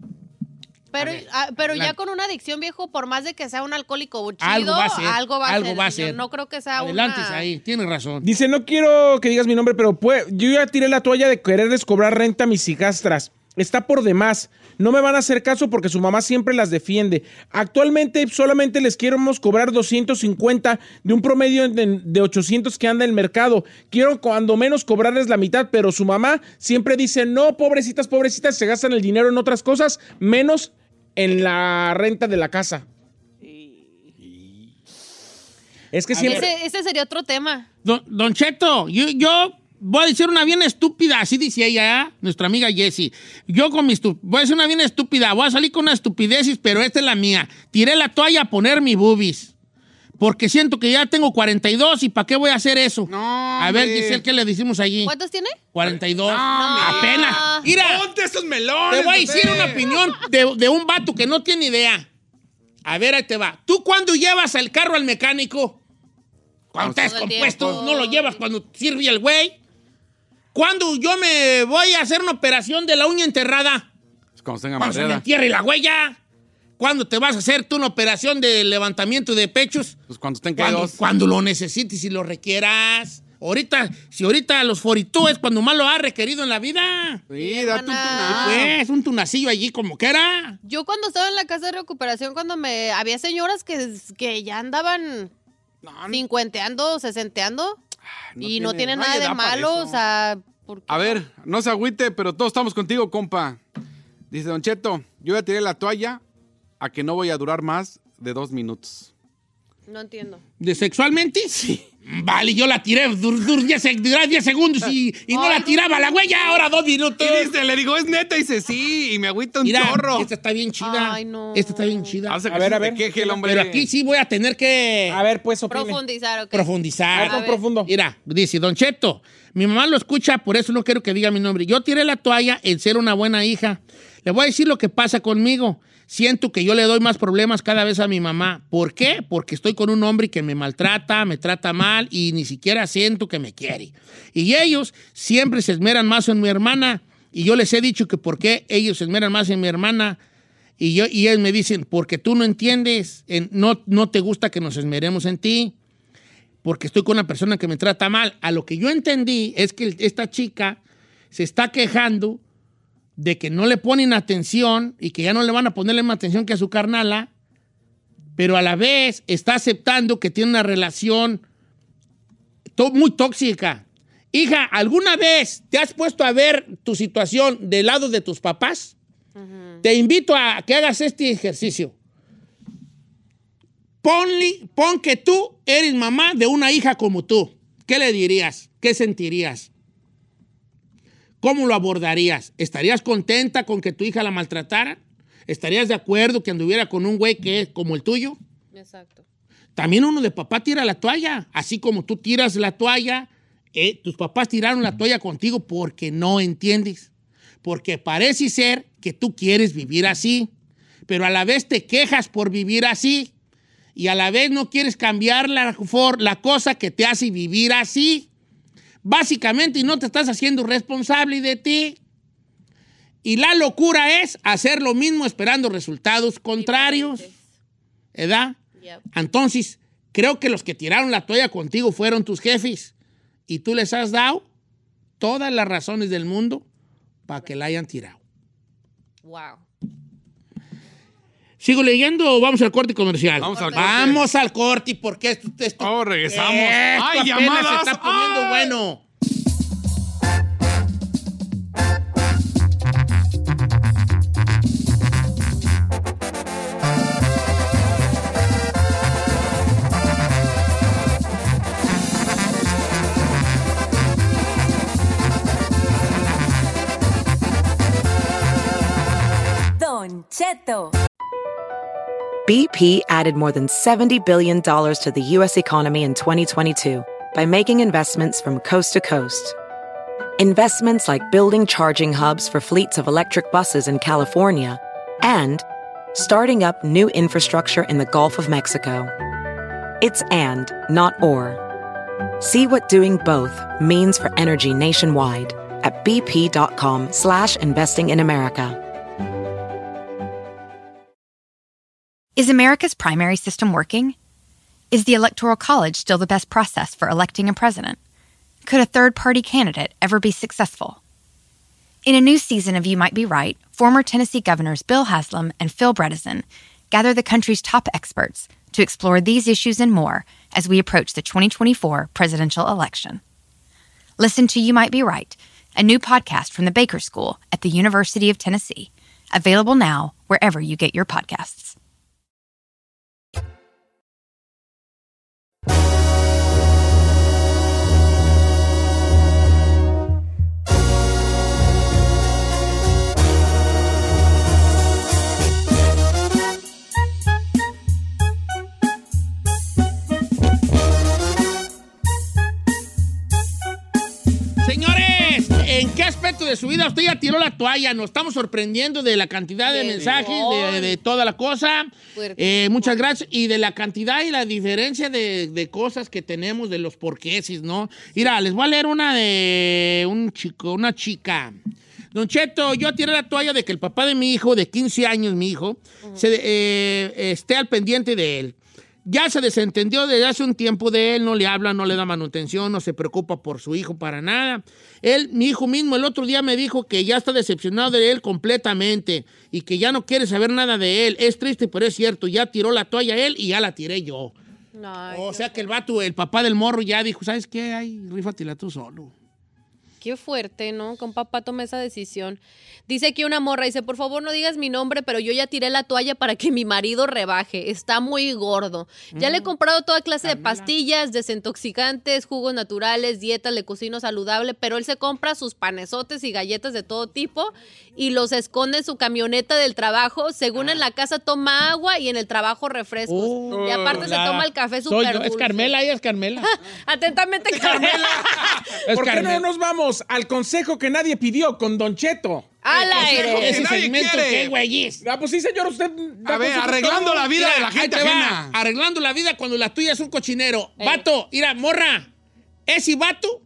Pero ya con una adicción, viejo, por más de que sea un alcohólico chido, algo va a ser. Yo no creo que sea adelante ahí, tienes razón. Dice, no quiero que digas mi nombre, pero yo ya tiré la toalla de quererles cobrar renta a mis hijastras. Está por demás. No me van a hacer caso porque su mamá siempre las defiende. Actualmente solamente les queremos cobrar 250 de un promedio de 800 que anda en el mercado. Quiero cuando menos cobrarles la mitad, pero su mamá siempre dice, no, pobrecitas, se gastan el dinero en otras cosas, menos en la renta de la casa. Es que siempre... Ese sería otro tema. Don Cheto, yo voy a decir una bien estúpida, así dice ella, nuestra amiga Jessie. Yo voy a decir una bien estúpida, voy a salir con una estupideces, pero esta es la mía. Tiré la toalla a poner mi boobies, porque siento que ya tengo 42 y ¿para qué voy a hacer eso? No, a ver, Giselle, ¿qué le decimos allí? ¿Cuántos tiene? 42. No, apenas. Mira, ponte esos melones. Te voy a decir una opinión de un vato que no tiene idea. A ver, ahí te va. ¿Tú cuándo llevas el carro al mecánico? Cuando estás compuesto, no lo llevas cuando sirve el güey. ¿Cuándo yo me voy a hacer una operación de la uña enterrada? Cuando se me entierre la huella. ¿Cuándo te vas a hacer tú una operación de levantamiento de pechos? Pues cuando estén caídos. Cuando lo necesites y lo requieras. Si ahorita los 42 es cuando más lo has requerido en la vida. Sí, date un tunazo. Pues, un tunacillo allí como que era. Yo cuando estaba en la casa de recuperación, había señoras que ya andaban cincuenteando, sesenteando. No tiene nada de malo, o sea... A ver, no se agüite, pero todos estamos contigo, compa. Dice Don Cheto, yo ya tiré la toalla a que no voy a durar más de 2 minutos. No entiendo. ¿De sexualmente? Sí. Vale, yo la tiré, duró 10 segundos y no la tiraba la huella, ahora 2 minutos. Y dice, le digo, es neta, dice, sí, y me agüita un chorro. Esta está bien chida. Ay, no. Esta está bien chida. A ver. Queje el hombre. Pero aquí sí voy a tener que... A ver, pues, opine. Profundizar. Algo profundo. Mira, dice, Don Cheto, mi mamá lo escucha, por eso no quiero que diga mi nombre. Yo tiré la toalla en ser una buena hija. Le voy a decir lo que pasa conmigo. Siento que yo le doy más problemas cada vez a mi mamá. ¿Por qué? Porque estoy con un hombre que me maltrata, me trata mal y ni siquiera siento que me quiere. Y ellos siempre se esmeran más en mi hermana. Y yo les he dicho que por qué ellos se esmeran más en mi hermana. Y ellos me dicen, porque tú no entiendes, no te gusta que nos esmeremos en ti. Porque estoy con una persona que me trata mal. A lo que yo entendí es que esta chica se está quejando de que no le ponen atención y que ya no le van a ponerle más atención que a su carnala, pero a la vez está aceptando que tiene una relación muy tóxica Hija, ¿alguna vez te has puesto a ver tu situación del lado de tus papás? Te invito a que hagas este ejercicio. Pon que tú eres mamá de una hija como tú. ¿Qué le dirías? ¿Qué sentirías? ¿Cómo lo abordarías? ¿Estarías contenta con que tu hija la maltratara? ¿Estarías de acuerdo que anduviera con un güey que es como el tuyo? Exacto. También uno de papá tira la toalla. Así como tú tiras la toalla, tus papás tiraron la toalla contigo porque no entiendes. Porque parece ser que tú quieres vivir así, pero a la vez te quejas por vivir así y a la vez no quieres cambiar la cosa que te hace vivir así. Básicamente, y no te estás haciendo responsable de ti. Y la locura es hacer lo mismo esperando resultados contrarios. ¿Verdad? Yep. Entonces, creo que los que tiraron la toalla contigo fueron tus jefes. Y tú les has dado todas las razones del mundo para que la hayan tirado. Wow. ¿Sigo leyendo o vamos al corte comercial? Vamos al corte porque esto regresamos. ¡Ay, llamadas! Se está poniendo bueno. Don Cheto. BP added more than $70 billion to the U.S. economy in 2022 by making investments from coast to coast. Investments like building charging hubs for fleets of electric buses in California and starting up new infrastructure in the Gulf of Mexico. It's and, not or. See what doing both means for energy nationwide at bp.com/investing in America. Is America's primary system working? Is the Electoral College still the best process for electing a president? Could a third-party candidate ever be successful? In a new season of You Might Be Right, former Tennessee governors Bill Haslam and Phil Bredesen gather the country's top experts to explore these issues and more as we approach the 2024 presidential election. Listen to You Might Be Right, a new podcast from the Baker School at the University of Tennessee, available now wherever you get your podcasts. Señores, ¿en qué aspecto de su vida usted ya tiró la toalla? Nos estamos sorprendiendo de la cantidad de mensajes, de toda la cosa. Muchas gracias. Y de la cantidad y la diferencia de cosas que tenemos, de los porquésis, ¿no? Mira, les voy a leer una de una chica. Don Cheto, yo tiré la toalla de que el papá de mi hijo, de 15 años, mi hijo, esté al pendiente de él. Ya se desentendió desde hace un tiempo de él, no le habla, no le da manutención, no se preocupa por su hijo para nada. Mi hijo mismo, el otro día me dijo que ya está decepcionado de él completamente y que ya no quiere saber nada de él. Es triste, pero es cierto, ya tiró la toalla él y ya la tiré yo. Ay, o sea que el vato, el papá del morro ya dijo, ¿sabes qué? Ay, rífatela tú solo. Qué fuerte, ¿no? Que un papá tome esa decisión. Dice aquí una morra, dice, por favor no digas mi nombre, pero yo ya tiré la toalla para que mi marido rebaje. Está muy gordo. Ya le he comprado toda clase de pastillas, desintoxicantes, jugos naturales, dietas, le cocino saludable, pero él se compra sus panesotes y galletas de todo tipo y los esconde en su camioneta del trabajo. Según en la casa toma agua y en el trabajo refrescos. Y aparte se toma el café súper dulce. Es Carmela, ella es Carmela. Atentamente, Carmela. ¿Por qué no nos vamos al consejo que nadie pidió con Don Cheto? Al aire. Ese segmento que güeyes. Pues sí, señor, usted... A ver, arreglando la vida de la gente ajena. Arreglando la vida cuando la tuya es un cochinero. Vato, mira, morra, ese vato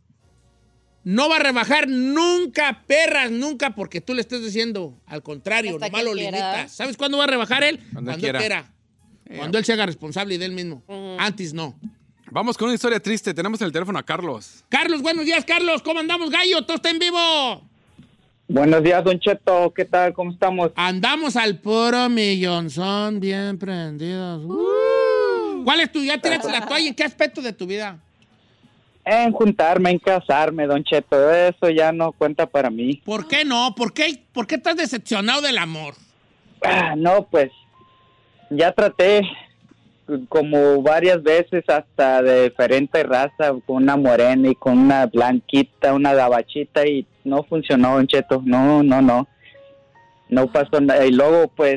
no va a rebajar nunca, perras, nunca, porque tú le estés diciendo. Al contrario, nomás lo limitas. ¿Sabes cuándo va a rebajar él? Cuando quiera. Cuando él se haga responsable de él mismo. Antes no. Vamos con una historia triste. Tenemos en el teléfono a Carlos. Carlos, buenos días, Carlos. ¿Cómo andamos, gallo? ¿Todo está en vivo? Buenos días, Don Cheto. ¿Qué tal? ¿Cómo estamos? Andamos al puro millonzón, bien prendidos. ¿Cuál es tu? ¿Ya tiraste la toalla? ¿En qué aspecto de tu vida? En juntarme, en casarme, Don Cheto. Eso ya no cuenta para mí. ¿Por qué no? ¿Por qué estás decepcionado del amor? No, pues ya traté como varias veces hasta de diferente raza, con una morena y con una blanquita, una gabachita, y no funcionó, Don Cheto. No pasó nada. Y luego pues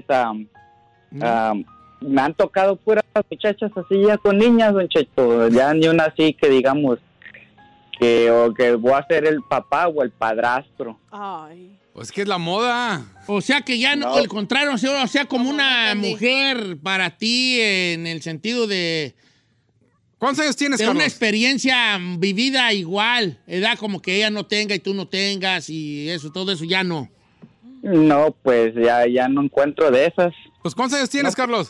me han tocado puras muchachas así ya con niñas, Don Cheto. Ya ni una así que digamos que voy a ser el papá o el padrastro. Ay. Pues que es la moda. O sea que ya no, al contrario, o sea como una mujer para ti en el sentido de... ¿Cuántos años tienes, de Carlos? una experiencia vivida igual, edad como que ella no tenga y tú no tengas y eso, todo eso ya no. No, pues ya no encuentro de esas. Pues ¿cuántos años tienes, Carlos?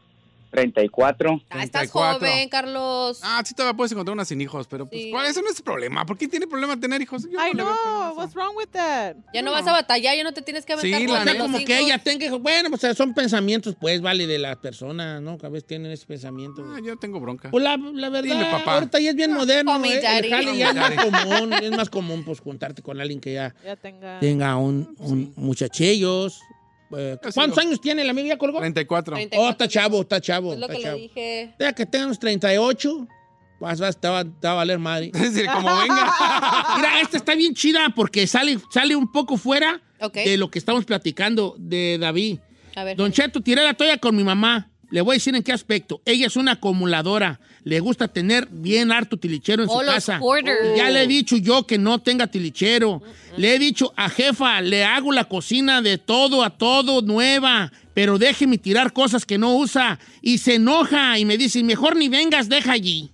34. Estás joven, Carlos. Sí todavía puedes encontrar unas sin hijos, pero pues, ¿cuál? Eso no es el problema. ¿Por qué tiene problema tener hijos? Yo I no le veo know, problema. what's wrong with that? Ya no vas a batallar, ya no te tienes que aventar. Sí, con o sea, los como hijos. que ella tenga hijos. Bueno, pues son pensamientos, pues, vale, de las personas, ¿no? Que a veces tienen ese pensamiento. Yo tengo bronca. Pues la verdad, Dime, papá. ahorita ya es bien moderno, Call me ¿eh? daddy. El jale ya es más común, es más común, pues, juntarte con alguien que ya tenga un muchachillos. ¿Cuántos años tiene la amiga? ¿Ya colgó? 34. Oh, está chavo. Es lo que le dije. Ya que tenga unos 38, pues te va a valer madre. Como venga. Mira, esta está bien chida porque sale un poco fuera de lo que estamos platicando de David. A ver. Don Cheto, tiré la toalla con mi mamá. Le voy a decir en qué aspecto. Ella es una acumuladora. Le gusta tener bien harto tilichero en su casa. Y ya le he dicho yo que no tenga tilichero. Le he dicho a jefa, le hago la cocina de todo a todo nueva, pero déjeme tirar cosas que no usa. Y se enoja y me dice, mejor ni vengas, deja allí.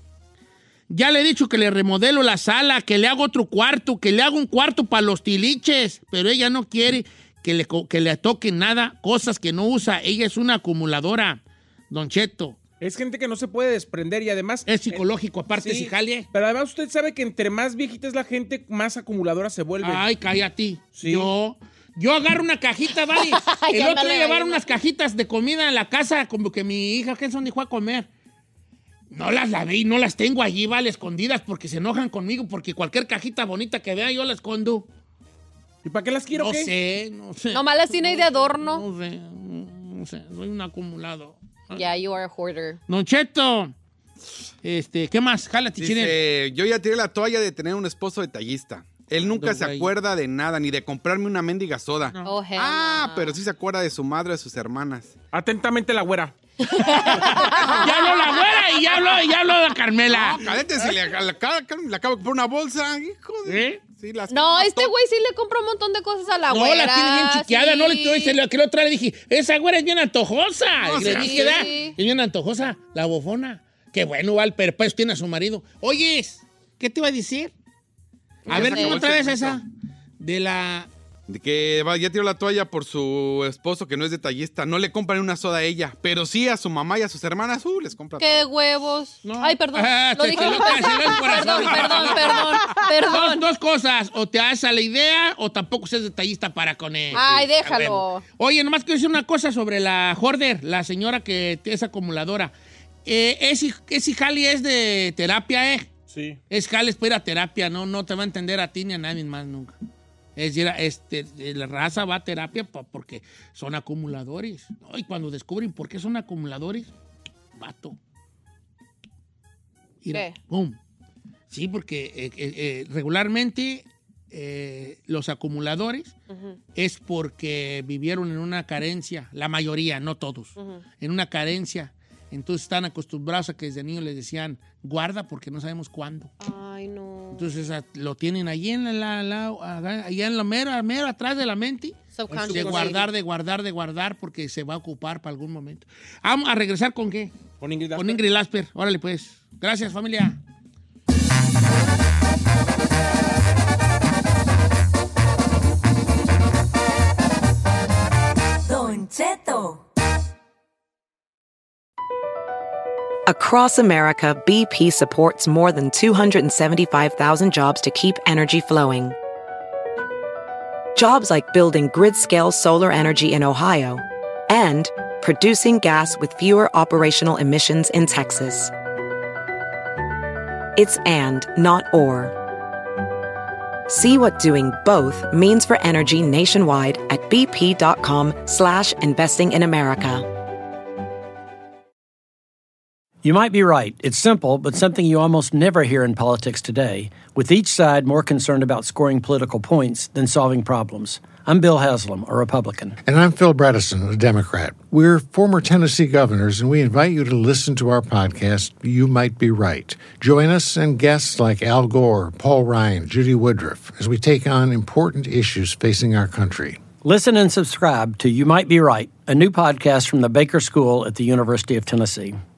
Ya le he dicho que le remodelo la sala, que le hago otro cuarto, que le hago un cuarto para los tiliches, pero ella no quiere que le toquen nada, cosas que no usa. Ella es una acumuladora, Don Cheto. Es gente que no se puede desprender y además... Es psicológico, aparte, si jale. Pero además usted sabe que entre más viejita es la gente, más acumuladora se vuelve. Ay, cállate. Sí. Yo agarro una cajita, ¿vale? El otro día llevaron unas cajitas de comida en la casa, como que mi hija Kenson dijo a comer. No las lavé y no las tengo allí, ¿vale? Escondidas, porque se enojan conmigo, porque cualquier cajita bonita que vea yo la escondo. ¿Y para qué las quiero? No sé. Nomás las tiene ahí de adorno. No sé, soy un acumulado. Yeah, you are a hoarder. Don Cheto, ¿qué más? Jálate, Dice, yo ya tiré la toalla de tener un esposo detallista. Él nunca se acuerda de nada, ni de comprarme una mendiga soda. No. Oh, pero sí se acuerda de su madre o de sus hermanas. Atentamente la güera. Ya habló la güera y ya habló la Carmela. No, cadete, si le acabo de comprar una bolsa, hijo de... Sí, no, este güey sí le compra un montón de cosas a la güera. No, la tiene bien chiqueada, sí. No le estoy que la otra le dije, esa güera es bien antojosa. No, y le dije, es bien antojosa, la bofona. Qué bueno, Val, pero pues tiene a su marido. Oyes, ¿qué te iba a decir? A ver, ¿cómo otra vez esa? De que ya tiró la toalla por su esposo que no es detallista. No le compran una soda a ella, pero sí a su mamá y a sus hermanas, les compra. ¡Qué huevos! No. Ay, perdón. Lo dije perdón. Dos cosas. O te haces a la idea o tampoco seas detallista para con él. Ay, déjalo. Oye, nomás quiero decir una cosa sobre la hoarder, la señora que es acumuladora. Ese jali es de terapia, Sí. Es jali, es para ir a terapia, no te va a entender a ti ni a nadie más nunca. Es decir, la raza va a terapia porque son acumuladores. ¿No? Y cuando descubren por qué son acumuladores, vato. Mira, ¡pum! Sí, porque regularmente los acumuladores es porque vivieron en una carencia, la mayoría, no todos, en una carencia. Entonces están acostumbrados a que desde niños les decían, guarda porque no sabemos cuándo. Ay, no. Entonces lo tienen allí allá en lo mero atrás de la mente. De guardar porque se va a ocupar para algún momento. Vamos a regresar ¿con qué? Con Ingrid Lasper. Con Ingrid Lasper. Órale pues. Gracias, familia. Don Cheto. Across America, BP supports more than 275,000 jobs to keep energy flowing. Jobs like building grid-scale solar energy in Ohio and producing gas with fewer operational emissions in Texas. It's and, not or. See what doing both means for energy nationwide at bp.com/investing in America. You might be right. It's simple, but something you almost never hear in politics today, with each side more concerned about scoring political points than solving problems. I'm Bill Haslam, a Republican. And I'm Phil Bredesen, a Democrat. We're former Tennessee governors, and we invite you to listen to our podcast, You Might Be Right. Join us and guests like Al Gore, Paul Ryan, Judy Woodruff, as we take on important issues facing our country. Listen and subscribe to You Might Be Right, a new podcast from the Baker School at the University of Tennessee.